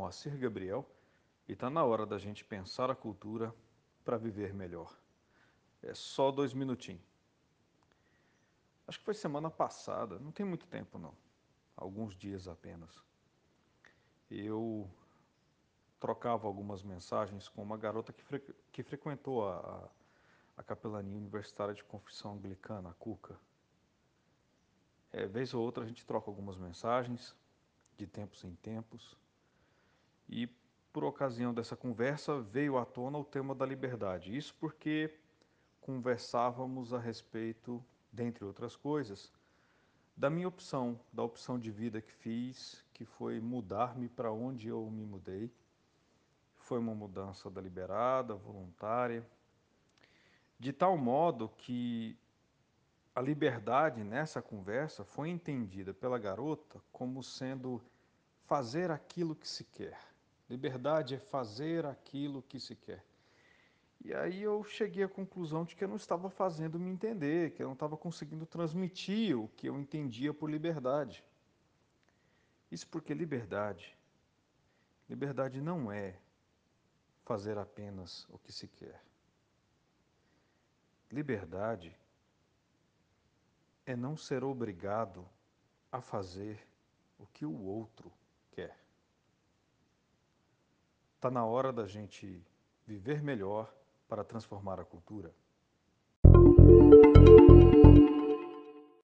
Moacir Gabriel e está na hora da gente pensar a cultura para viver melhor. É só 2 minutinhos. Acho que foi semana passada, não tem muito tempo não, alguns dias apenas. Eu trocava algumas mensagens com uma garota que frequentou a capelania universitária de confissão anglicana, a CUCA. Vez ou outra a gente troca algumas mensagens, de tempos em tempos, e por ocasião dessa conversa veio à tona o tema da liberdade. Isso porque conversávamos a respeito, dentre outras coisas, da minha opção, da opção de vida que fiz, que foi mudar-me para onde eu me mudei. Foi uma mudança deliberada, voluntária, de tal modo que a liberdade nessa conversa foi entendida pela garota como sendo fazer aquilo que se quer. Liberdade é fazer aquilo que se quer. E aí eu cheguei à conclusão de que eu não estava fazendo me entender, que eu não estava conseguindo transmitir o que eu entendia por liberdade. Isso porque liberdade não é fazer apenas o que se quer. Liberdade é não ser obrigado a fazer o que o outro quer. Está na hora da gente viver melhor para transformar a cultura.